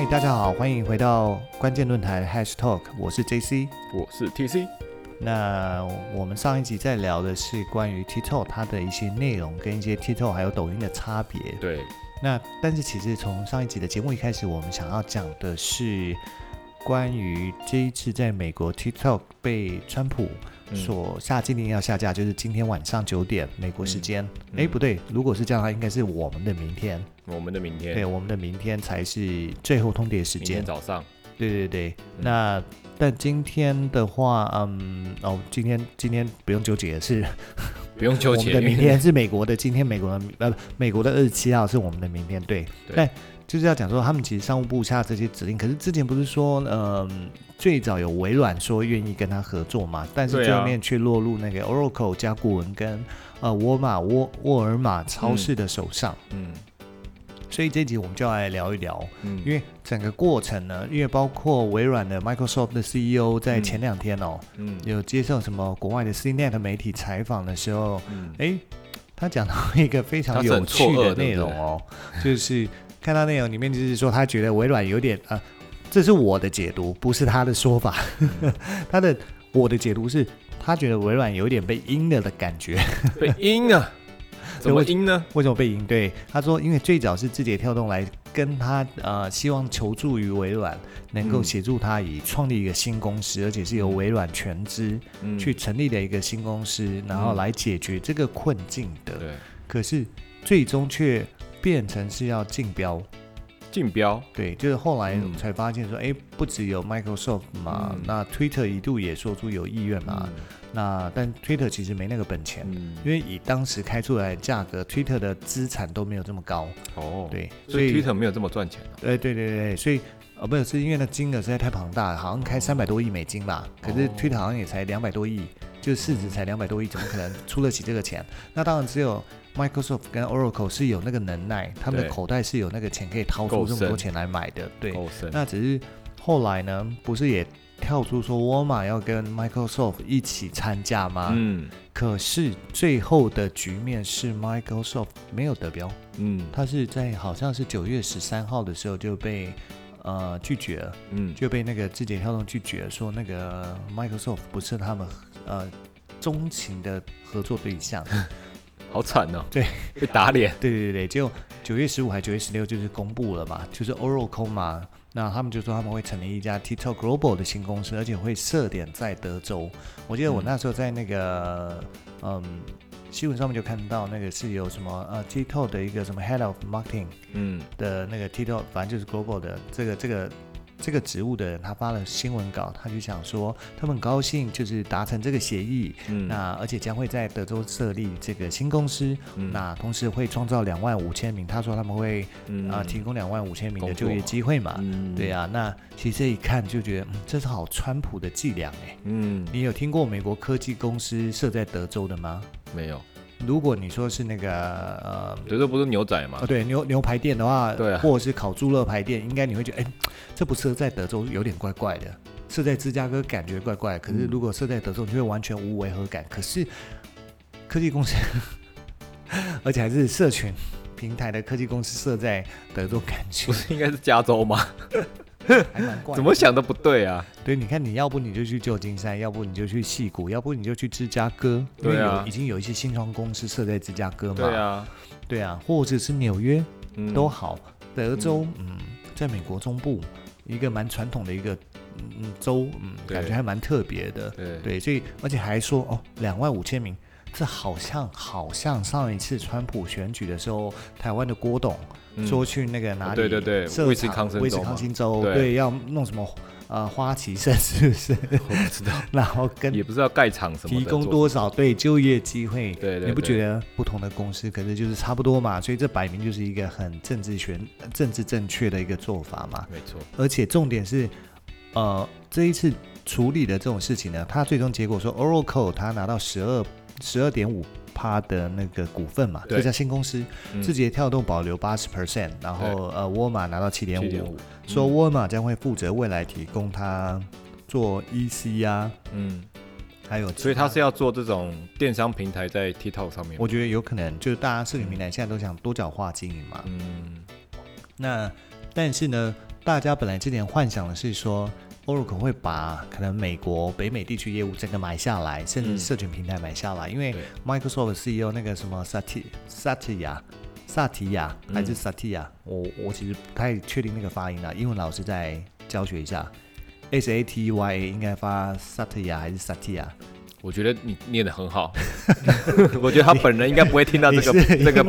大家好，欢迎回到关键论坛 #Talk， 我是 JC， 我是 TC。 那我们上一集在聊的是关于 TikTok 它的一些内容跟一些 TikTok 还有抖音的差别。 对， 但是其实从上一集的节目一开始，我们想要讲的是关于这一次在美国 TikTok 被川普所下禁令要下架，就是今天晚上9点美国时间。不对，如果是这样的话，应该是我们的明天。对，我们的明天才是最后通牒时间。 明天早上。 对，但今天的话，今天不用纠结的是， 不用纠结， 我们的明天是美国的，今天美国的27号是我们的明天，对。但就是要讲说，他们其实商务部下这些指令，可是之前不是说，最早有微软说愿意跟他合作嘛，但是最后面却落入那个 Oracle 甲骨文跟沃尔玛超市的手上。所以这一集我们就要来聊一聊，因为整个过程呢，因为包括微软的 Microsoft 的 CEO 在前2天有接受什么国外的 CNET 媒体采访的时候，他讲到一个非常有趣的内容就是看到内容里面就是说他觉得微软有点这是我的解读，不是他的说法。我的解读是他觉得微软有点被阴了的感觉。 被阴啊？怎么阴呢？ 为什么被阴？对，他说，因为最早是字节跳动来跟他希望求助于微软，能够协助他以创立一个新公司，而且是由微软全资去成立的一个新公司，然后来解决这个困境的。可是最终却变成是要竞标。对，就是后来才发现说，不只有 Microsoft 嘛，那 Twitter 一度也说出有意愿嘛。但 Twitter 其实没那个本钱，因为以当时开出来的价格 ，Twitter 的资产都没有这么高。对， 所以 Twitter 没有这么赚钱。 对，所以没有，是因为那金额实在太庞大了，好像开300多亿美金吧。可是 Twitter 好像也才200多亿，就市值才200多亿，怎么可能出得起这个钱？那当然只有 Microsoft 跟 Oracle 是有那个能耐，他们的口袋是有那个钱可以掏出这么多钱来买的。对，那只是后来呢，不是也跳出说沃尔玛要跟 Microsoft 一起参加吗？可是最后的局面是 Microsoft 没有得标。他是在好像是9月13号的时候就被拒绝了。就被那个字节跳动拒绝了，说那个 Microsoft 不是他们钟情的合作对象。 好惨哦！ 对， 被打脸。 对，就9月15还9月16就是公布了嘛，就是 Oracle 嘛，那他们就说他们会成立一家 TikTok Global 的新公司，而且会设点在德州。我记得我那时候在那个新闻上面就看到那个是有什么TikTok 的一个什么 Head of Marketing 的那个 TikTok， 反正就是 Global 的这个职务的人，他发了新闻稿，他就想说他们很高兴就是达成这个协议，那而且将会在德州设立这个新公司，那同时会创造25000名，他说他们会提供25000名的就业机会嘛。对啊，那其实这一看就觉得这是好川普的伎俩你有听过美国科技公司设在德州的吗？ 没有。 如果你说是那个德州不是牛仔吗？ 对，牛排店的话， 对或者是烤猪肋排店，应该你会觉得这不设在德州有点怪怪的，设在芝加哥感觉怪怪的，可是如果设在德州你就会完全无违和感。可是科技公司而且还是社群平台的科技公司设在德州，感觉不是应该是加州吗？ 还蛮怪的， 怎么想都不对啊。 对，你看，你要不你就去旧金山，要不你就去矽谷，要不你就去芝加哥， 对啊， 已经有一些新创公司设在芝加哥嘛。 对啊，或者是纽约都好。德州在美国中部一个蛮传统的一个州，感觉还蛮特别的。对，所以而且还说25000名，这好像上一次川普选举的时候，台湾的郭董说去那个哪里？ 对，威斯康星州， 对，要弄什么花旗参是不是？ 我不知道。 然后也不知道盖厂什么的， 提供多少对就业机会？ 对， 你不觉得不同的公司可是就是差不多嘛？所以这摆明就是一个很政治正确的一个做法嘛。 没错。 而且重点是，这一次处理的这种事情呢，它最终结果说 Oracle 它拿到12.5%的那个股份嘛，这家新公司，字节跳动保留80%，然后沃尔玛拿到7.5%，说沃尔玛将会负责未来提供它做 EC 还有， 所以他是要做这种电商平台在 TikTok 上面。 我觉得有可能，就是大家社群平台现在都想多角化经营嘛。那但是呢， 大家本来之前幻想的是说 Oracle 会把可能美国北美地区业务整个买下来，甚至社群平台买下来，因为 Microsoft CEO 那个什么萨提亚还是萨提亚，我其实不太确定那个发音啦，英文老师再教学一下 ，SATYA 应该发萨提亚还是萨提亚？ 我觉得你念得很好，我觉得他本人应该不会听到这个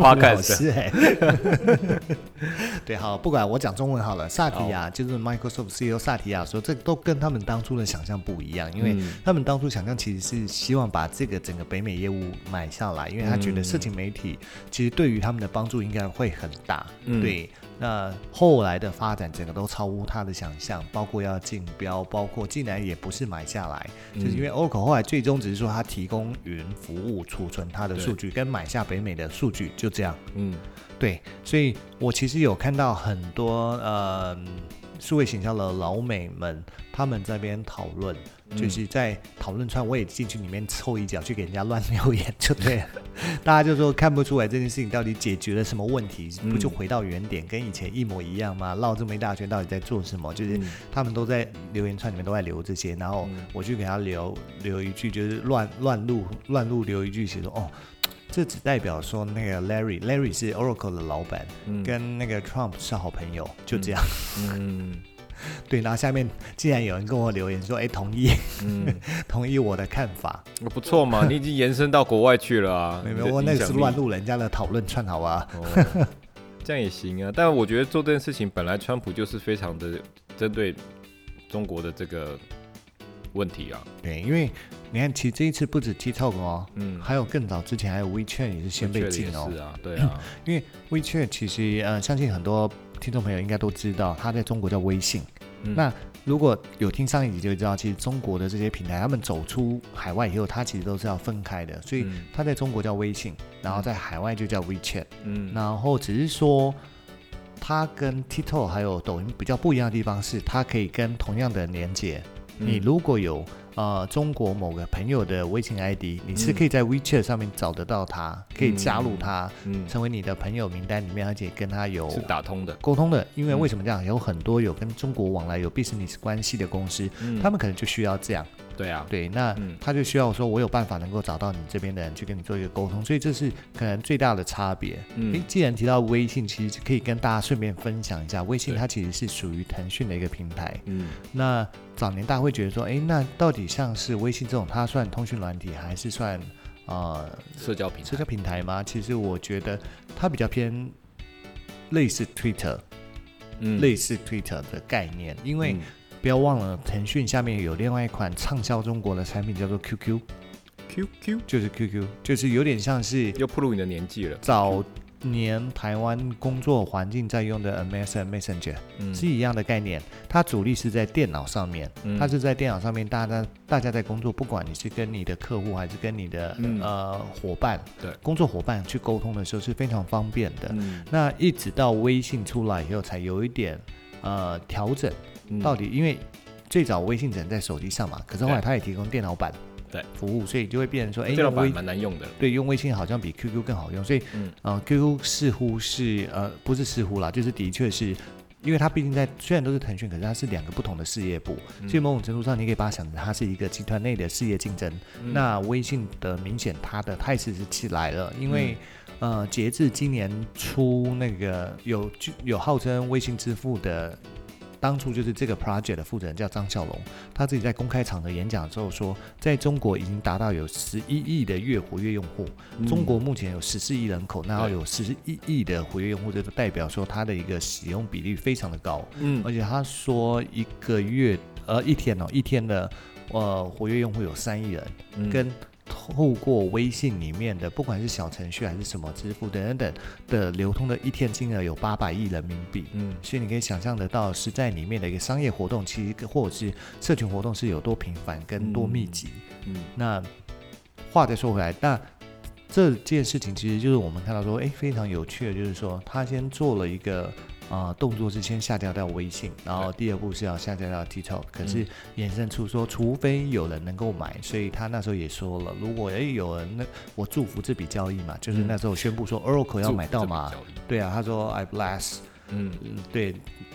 podcast。 对，好，不管我讲中文好了。萨提亚就是 Microsoft CEO 萨提亚说，这都跟他们当初的想象不一样，因为他们当初想象其实是希望把这个整个北美业务买下来，因为他觉得社群媒体其实对于他们的帮助应该会很大。对，那后来的发展整个都超乎他的想象，包括要竞标，包括竟然也不是买下来，就是因为 Oracle 后来最终只是说他提供云服务储存他的数据，跟买下北美的数据，就这样。对，所以我其实有看到很多数位行销的老美们，他们在那边讨论，就是在讨论串，我也进去里面凑一脚去给人家乱留言，就对了。大家就说看不出来这件事情到底解决了什么问题，不就回到原点，跟以前一模一样吗？绕这么一大圈，到底在做什么？就是他们都在留言串里面都在留这些，然后我去给他留一句，就是乱录留一句，写说哦。这只代表说那个 Larry 是 Oracle 的老板，跟那个 Trump 是好朋友，就这样。对，然后下面竟然有人跟我留言说，同意，同意我的看法。 不错嘛，你已经延伸到国外去了啊。 没有，我那个是乱录人家的讨论串，好吧？ 这样也行啊。但我觉得做这件事情，本来川普就是非常的针对中国的这个问题啊。 对，因为你看，其实这一次不止 TikTok 哦，还有更早之前还有 WeChat 也是先被禁哦。 是啊，对啊。 因为 WeChat 其实相信很多听众朋友应该都知道，它在中国叫微信。那如果有听上一集就会知道，其实中国的这些平台，他们走出海外以后，它其实都是要分开的，所以它在中国叫微信，然后在海外就叫 WeChat。然后只是说，它跟 TikTok 还有抖音比较不一样的地方是，它可以跟同样的连接。你如果有中国某个朋友的微信 ID， 你是可以在 WeChat 上面找得到他，可以加入他，成为你的朋友名单里面，而且跟他有是打通的沟通的。因为为什么这样？有很多有跟中国往来有 business 关系的公司，他们可能就需要这样。 对啊， 对，那他就需要说，我有办法能够找到你这边的人去跟你做一个沟通，所以这是可能最大的差别。既然提到微信，其实可以跟大家顺便分享一下，微信它其实是属于腾讯的一个平台。那早年大家会觉得说，那到底像是微信这种，它算通讯软体还是算社交平台吗？其实我觉得它比较偏类似 Twitter，类似 Twitter 的概念，因为不要忘了，腾讯下面有另外一款畅销中国的产品叫做 QQ， 就是 QQ， 就是有点像是又暴露你的年纪了。 早年台湾工作环境在用的 MSN Messenger，是一样的概念，它主力是在电脑上面，它是在电脑上面，大家在工作，不管你是跟你的客户还是跟你的伙伴，对，工作伙伴去沟通的时候是非常方便的。那一直到微信出来以后，才有一点调整。到底因为最早微信只能在手机上嘛，可是后来它也提供电脑版服务，所以就会变成说， 电脑版蛮难用的。 对，用微信好像比 QQ 更好用，所以QQ 似乎是不是似乎啦，就是的确是因为它毕竟虽然都是腾讯，可是它是两个不同的事业部，所以某种程度上你可以把它想成它是一个集团内的事业竞争。那微信的明显它的态势是起来了，因为截至今年初，那个有号称微信支付的。当初就是这个 project 的负责人叫张小龙，他自己在公开场合演讲之后说，在中国已经达到有11亿的月活跃用户，中国目前有14亿人口，然后有11亿的活跃用户，这就代表说他的一个使用比例非常的高。而且他说一天的活跃用户有3亿人，跟透过微信里面的不管是小程序还是什么支付等等的流通的一天金额有800亿人民币，所以你可以想象得到是在里面的一个商业活动，其实或者是社群活动是有多频繁跟多密集。那话再说回来，那这件事情其实就是我们看到说，非常有趣的，就是说他先做了一个动作是先下架掉微信，然后第二步是要下架掉 TikTok， 可是衍生出说，除非有人能够买，所以他那时候也说了，如果有人我祝福这笔交易嘛，就是那时候宣布说 Oracle 要买到嘛，对啊，他说 I bless，对，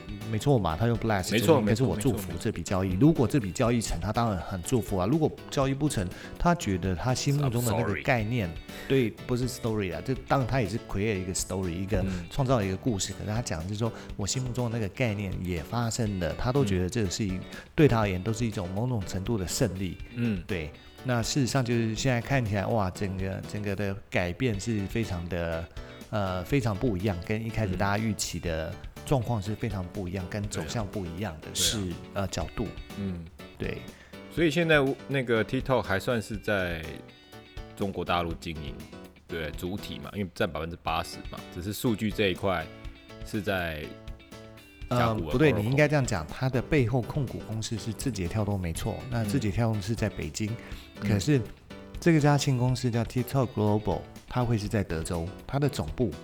没错嘛，他用 bless， 没错， 应该是我祝福这笔交易。如果这笔交易成，他当然很祝福啊。如果交易不成，他觉得他心目中的那个概念，对，不是 story 啊，这当然他也是 create 一个 story， 一个创造了一个故事。可是他讲的是说，我心目中的那个概念也发生了，他都觉得这是对他而言都是一种某种程度的胜利。对。那事实上就是现在看起来，哇，整个的改变是非常的非常不一样，跟一开始大家预期的状况是非常不一样，跟走向不一样的是角度。对。 所以现在那个 TikTok 还算是在中国大陆经营，对，主体嘛，因为占80%嘛，只是数据这一块是在。 不对，你应该这样讲，它的背后控股公司是字节跳动没错，那字节跳动是在北京，可是这个家新公司叫 TikTok Global， 它会是在德州，它的总部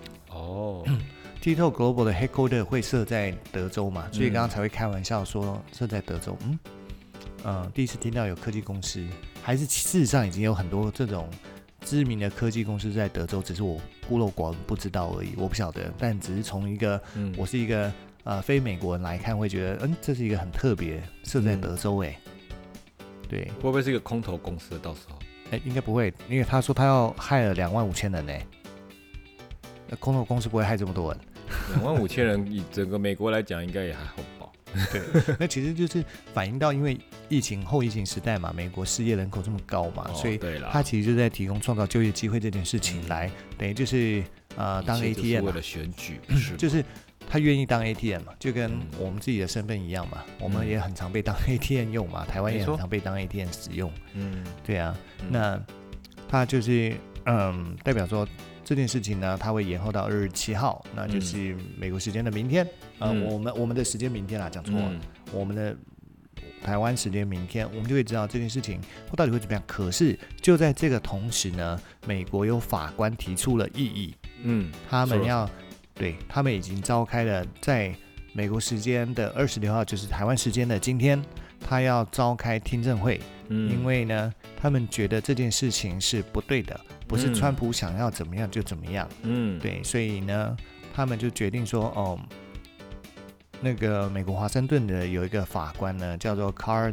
TikTok Global 的 headquarter 会设在德州嘛，所以刚刚才会开玩笑说设在德州。第一次听到有科技公司，还是事实上已经有很多这种知名的科技公司在德州，只是我孤陋寡闻不知道而已，我不晓得，但只是从一个我是一个非美国人来看，会觉得这是一个很特别，设在德州对， 会不会是一个空头公司？到时候应该不会，因为他说他要害了25000人空头公司不会害这么多人。 25000人以整个美国来讲，应该也还好吧？ 对，那其实就是反映到，因为后疫情时代嘛，美国失业人口这么高嘛，所以他其实就在提供创造就业机会这件事情来，等于就是当 ATM 嘛， 为了选举， 就是他愿意当 ATM 嘛，就跟我们自己的身份一样嘛，我们也很常被当 ATM 用嘛，台湾也很常被当 ATM 使用，对啊，那他就是代表说这件事情呢，它会延后到2月7号，那就是美国时间的明天，我们的时间明天啦，讲错了，我们的台湾时间明天，我们就会知道这件事情到底会怎么样。可是就在这个同时呢，美国有法官提出了异议，他们已经召开了在美国时间的26号，就是台湾时间的今天，他要召开听证会，因为呢，他们觉得这件事情是不对的，不是川普想要怎么样就怎么样，对，所以呢，他们就决定说，那个美国华盛顿的有一个法官呢，叫做 Carl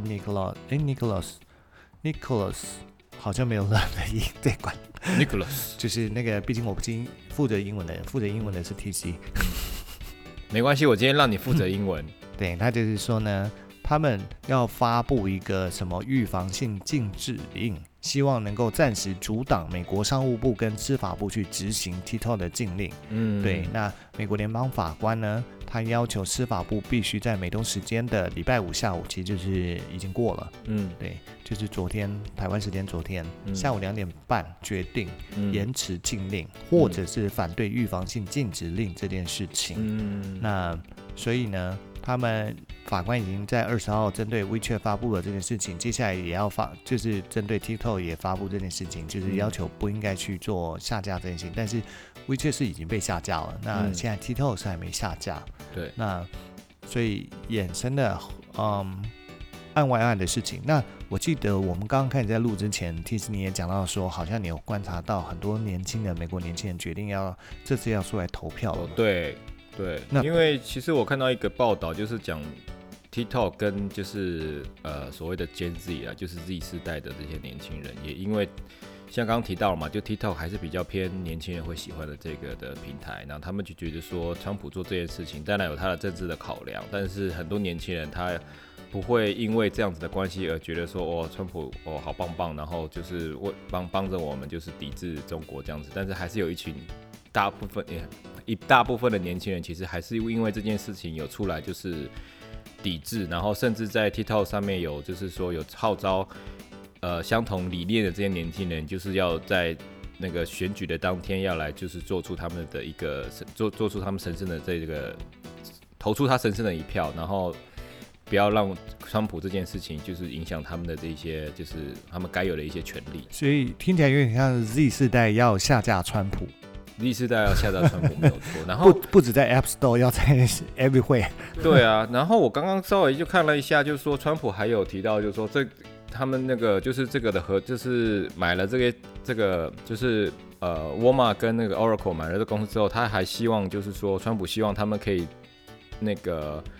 Nicholas， 好像没有乱的音这关 Nicholas 就是那个，毕竟我不是负责英文的人，负责英文的是 TC， 没关系，我今天让你负责英文。 对，他就是说呢，他们要发布一个什么预防性禁止令，希望能够暂时阻挡美国商务部跟司法部去执行 TikTok 的禁令。对，那美国联邦法官呢，他要求司法部必须在美东时间的礼拜5下午，其实就是已经过了。对，就是昨天台湾时间昨天下午2点半决定延迟禁令，或者是反对预防性禁止令这件事情。那所以呢，他们法官已经在20号针对 WeChat 发布了这件事情，接下来也要就是针对 TikTok 也发布这件事情，就是要求不应该去做下架这件事情。但是 WeChat 是已经被下架了，那现在 TikTok 是还没下架。 对， 那所以衍生的案外案的事情。那我记得我们刚刚开始在录之前，其实你也讲到说，好像你有观察到很多美国年轻人决定这次要出来投票了。 对，因为其实我看到一个报道，就是讲 TikTok 跟就是所谓的 Gen Z 啊，就是 Z 世代的这些年轻人，也因为像刚刚提到了嘛，就 TikTok 还是比较偏年轻人会喜欢的这个的平台，然后他们就觉得说，川普做这件事情，当然有他的政治的考量，但是很多年轻人他不会因为这样子的关系而觉得说，川普好棒棒，然后就是帮着我们就是抵制中国这样子，但是还是有一大部分的年轻人其实还是因为这件事情有出来就是抵制，然后甚至在 TikTok 上面有就是说有号召相同理念的这些年轻人，就是要在那个选举的当天要来就是做出他们的一个做出他们神圣的这个投出他神圣的一票，然后不要让川普这件事情就是影响他们的这些就是他们该有的一些权利。 所以听起来有点像 Z 世代要下架川普。 Z 世代要下架川普没有错，然后不止在 App Store， 要在 Everywhere。 对啊，然后我刚刚稍微就看了一下，就是说川普还有提到，就是说他们那个就是这个的就是买了这个就是Walmart 跟那个 Oracle 买了这个公司之后，他还希望就是说川普希望他们可以那个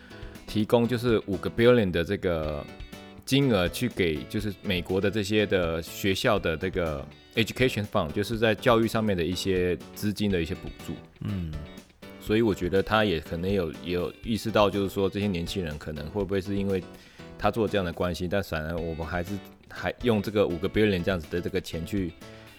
提供就是5个 billion 的这个金额去给就是美国的这些的学校的这个 education fund， 就是在教育上面的一些资金的一些补助。所以我觉得他也可能也有意识到，就是说这些年轻人可能会不会是因为他做这样的关系，但反而我们还用这个5个 billion 这样子的这个钱去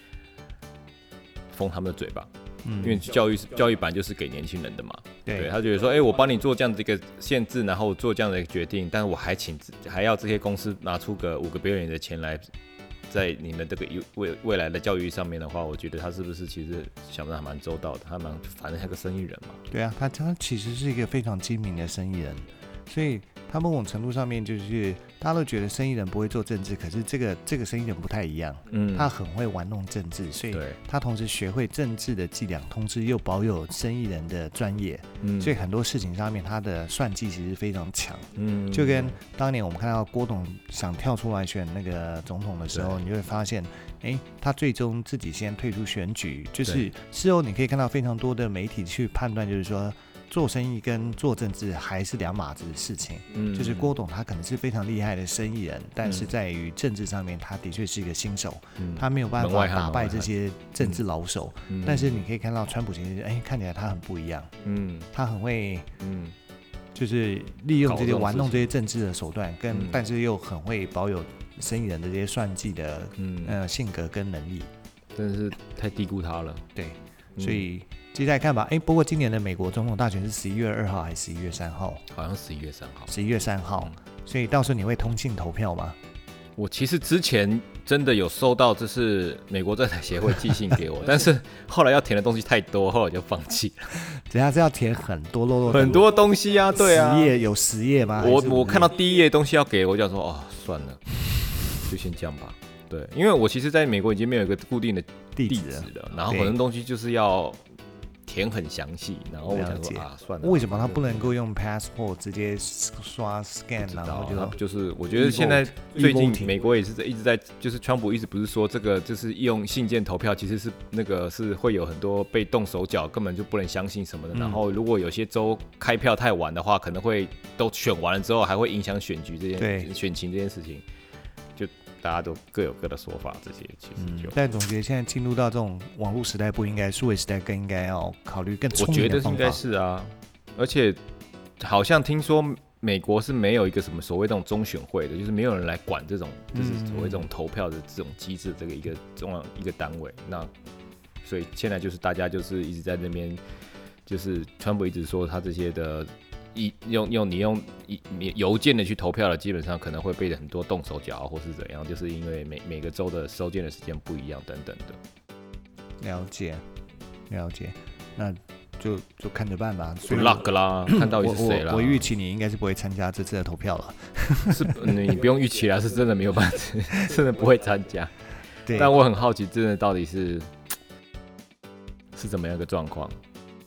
封他们的嘴巴。因为教育版就是给年轻人的嘛，对，他觉得说，我帮你做这样的一个限制，然后做这样的一个决定，但是我还要这些公司拿出个5个 billion 的钱来，在你们这个未来的教育上面的话，我觉得他是不是其实想的还蛮周到的，反正他个生意人嘛。 对啊，他其实是一个非常精明的生意人，所以他某种程度上面就是大家都觉得生意人不会做政治，可是这个生意人不太一样，他很会玩弄政治，所以他同时学会政治的伎俩，同时又保有生意人的专业，所以很多事情上面他的算计其实非常强，就跟当年我们看到郭董想跳出来选那个总统的时候，你就会发现，他最终自己先退出选举，就是事后你可以看到非常多的媒体去判断，就是说做生意跟做政治还是两码子的事情，就是郭董他可能是非常厉害的生意人，但是在于政治上面他的确是一个新手，他没有办法打败这些政治老手，但是你可以看到川普其实看起来他很不一样，他很会就是利用这些玩弄这些政治的手段，但是又很会保有生意人的这些算计的性格跟能力， 真的是太低估他了。 对，所以接下来看吧。不过今年的美国总统大选是11月2号还是11月3号？ 好像11月3号。 11月3号，所以到时候你会通信投票吗？ 我其实之前真的有收到，这是美国在台协会寄信给我，但是后来要填的东西太多，后来就放弃了。 等下是要填很多很多东西啊，对啊 ，10页有10页吗？ 我看到第一页东西要给我，就想说算了，就先这样吧。对，因为我其实在美国已经没有一个固定的地址了，然后很多东西就是要填很详细，然后我想说算了。 为什么他不能够用 passport 直接刷 scan， 然后就是我觉得现在最近美国也是一直在，就是川普一直不是说这个就是用信件投票，其实是那个是会有很多被动手脚，根本就不能相信什么的。然后如果有些州开票太晚的话，可能会都选完了之后，还会影响选情这件事情。就大家都各有各的说法，这些其实但总觉得现在进入到这种网络时代，不应该数位时代，更应该要考虑更聪明的方法。 我觉得应该是啊，而且好像听说美国是没有一个什么所谓这种中选会的，就是没有人来管这种就是所谓这种投票的这种机制，这个一个重要一个单位。那所以现在就是大家就是一直在那边，就是川普一直说他这些的。你用邮件的去投票的，基本上可能会被很多动手脚或是怎样，就是因为每个州的收件的时间不一样等等的。 了解，那就看着办吧。 就 luck 啦，看到底是谁啦。 我预期你应该是不会参加这次的投票了。 是你不用预期啦，是真的没有办法，真的不会参加。 对， 但我很好奇，真的到底是怎么样一个状况。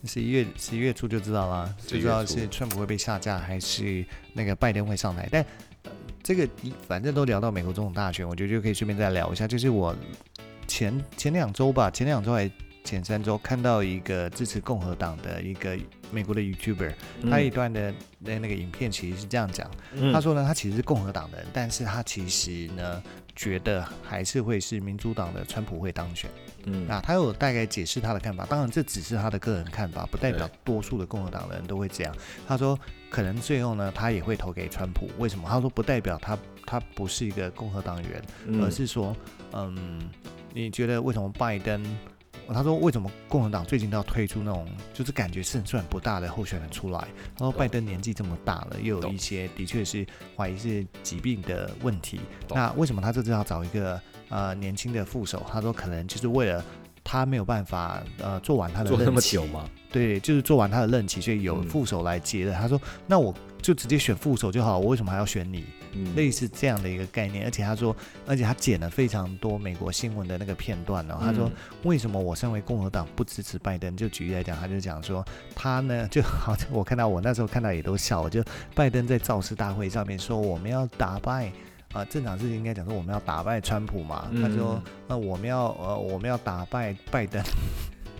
11月初就知道了，就知道是川普会被下架，还是那个拜登会上台。但这个反正都聊到美国总统大选，我觉得就可以顺便再聊一下。就是我前2周吧，前2周还前3周看到一个支持共和党的一个美国的 YouTuber，他一段的那个影片其实是这样讲，他说呢，他其实是共和党的人，但是他其实呢觉得还是会是民主党的川普会当选。那他有大概解释他的看法，当然这只是他的个人看法，不代表多数的共和党的人都会这样。他说可能最后呢他也会投给川普，为什么？他说不代表他不是一个共和党员，而是说你觉得为什么拜登？他说为什么共和党最近都要推出那种就是感觉胜算不大的候选人出来？他说拜登年纪这么大了，又有一些的确是怀疑是疾病的问题，那为什么他这次要找一个年轻的副手？他说可能就是为了他没有办法做完他的任期， 做那么久吗？ 对，就是做完他的任期，所以有副手来接了。他说那我就直接选副手就好，我为什么还要选你？类似这样的一个概念。而且他剪了非常多美国新闻的那个片段哦。他说为什么我身为共和党不支持拜登？就举例来讲，他就讲说他呢就好，我那时候看到也都笑了，就拜登在造势大会上面说我们要打败。正常是应该讲说我们要打败川普嘛，他说那我们要打败拜登，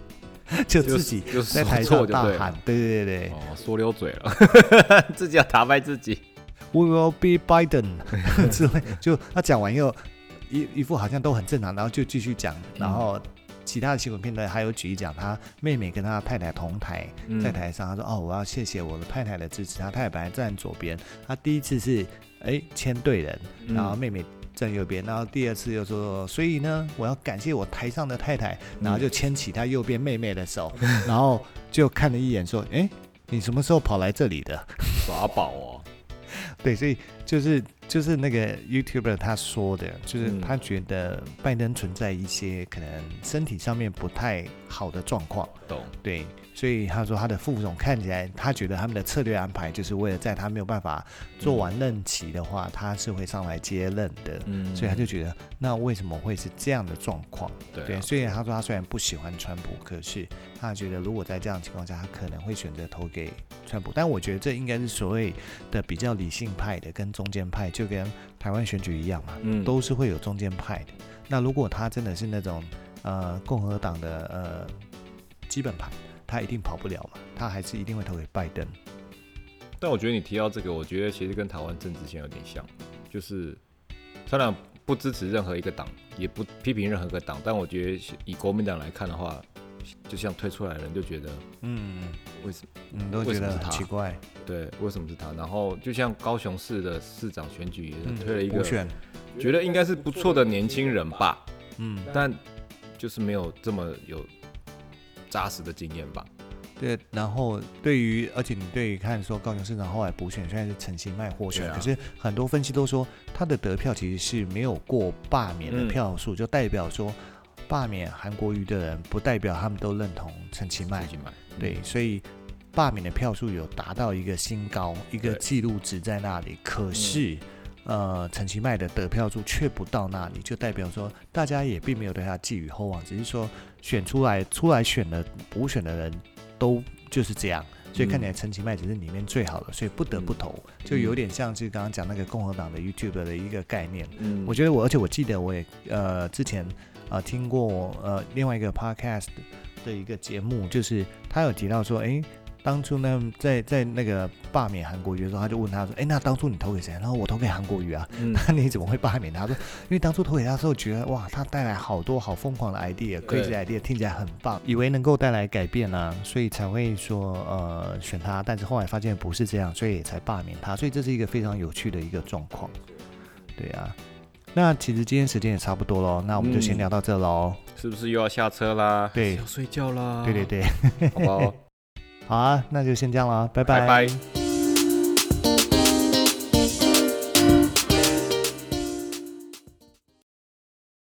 就自己在台上大喊，对对对， 说溜嘴了，自己要打败自己。 We will be Biden 之类，就他讲完以后，一副好像都很正常，然后就继续讲，然后其他的新闻片段还有举例讲，他妹妹跟他太太同台，在台上，他说我要谢谢我的太太的支持，他太太本来站左边，他第一次是牵对人，然后妹妹站右边，然后第二次又说，所以呢，我要感谢我台上的太太，然后就牵起他右边妹妹的手，然后就看了一眼说，你什么时候跑来这里的？ 耍宝哦。 对，所以就是那个 YouTuber 他说的，就是他觉得拜登存在一些可能身体上面不太好的状况， 懂？对， 所以他说他的副总看起来，他觉得他们的策略安排就是为了在他没有办法做完任期的话，他是会上来接任的，所以他就觉得那为什么会是这样的状况？对，所以他说他虽然不喜欢川普，可是他觉得如果在这样的情况下，他可能会选择投给川普，但我觉得这应该是所谓的比较理性派的跟中间派，就跟台湾选举一样嘛，都是会有中间派的。那如果他真的是那种共和党的基本盘，他一定跑不了嘛，他还是一定会投给拜登。 但我觉得你提到这个，我觉得其实跟台湾政治线有点像，就是虽然不支持任何一个党，也不批评任何一个党，但我觉得以国民党来看的话，就像推出来的人就觉得，为什么？ 都觉得很奇怪。 对，为什么是他？然后就像高雄市的市长选举也推了一个， 补选， 觉得应该是不错的年轻人吧，但就是没有这么有扎实的经验吧。 对，然后而且你对于看说高雄市长后来补选，虽然是陈其迈获选，可是很多分析都说他的得票其实是没有过罢免的票数，就代表说罢免韩国瑜的人不代表他们都认同陈其迈，对，所以罢免的票数有达到一个新高，一个记录值在那里，可是陈其迈的得票数却不到那里，就代表说大家也并没有对他寄予厚望，只是说选出来选的补选的人都就是这样，所以看起来陈其迈只是里面最好的，所以不得不投，就有点像是刚刚讲那个共和党的 YouTube 的一个概念。我觉得而且我记得我也之前听过另外一个 podcast 的一个节目，就是他有提到说，当初呢在那个罢免韩国瑜的时候，他就问他说，那当初你投给谁？然后我投给韩国瑜啊，那你怎么会罢免他？说因为当初投给他的时候觉得哇，他带来好多好疯狂的 idea，crazy idea， 听起来很棒，以为能够带来改变啊，所以才会说选他，但是后来发现不是这样，所以才罢免他，所以这是一个非常有趣的一个状况。对啊，那其实今天时间也差不多了，那我们就先聊到这喽。 是不是又要下车啦？ 对， 要睡觉啦。 对， 好不好？ 好啊，那就先这样了，拜拜。 拜拜。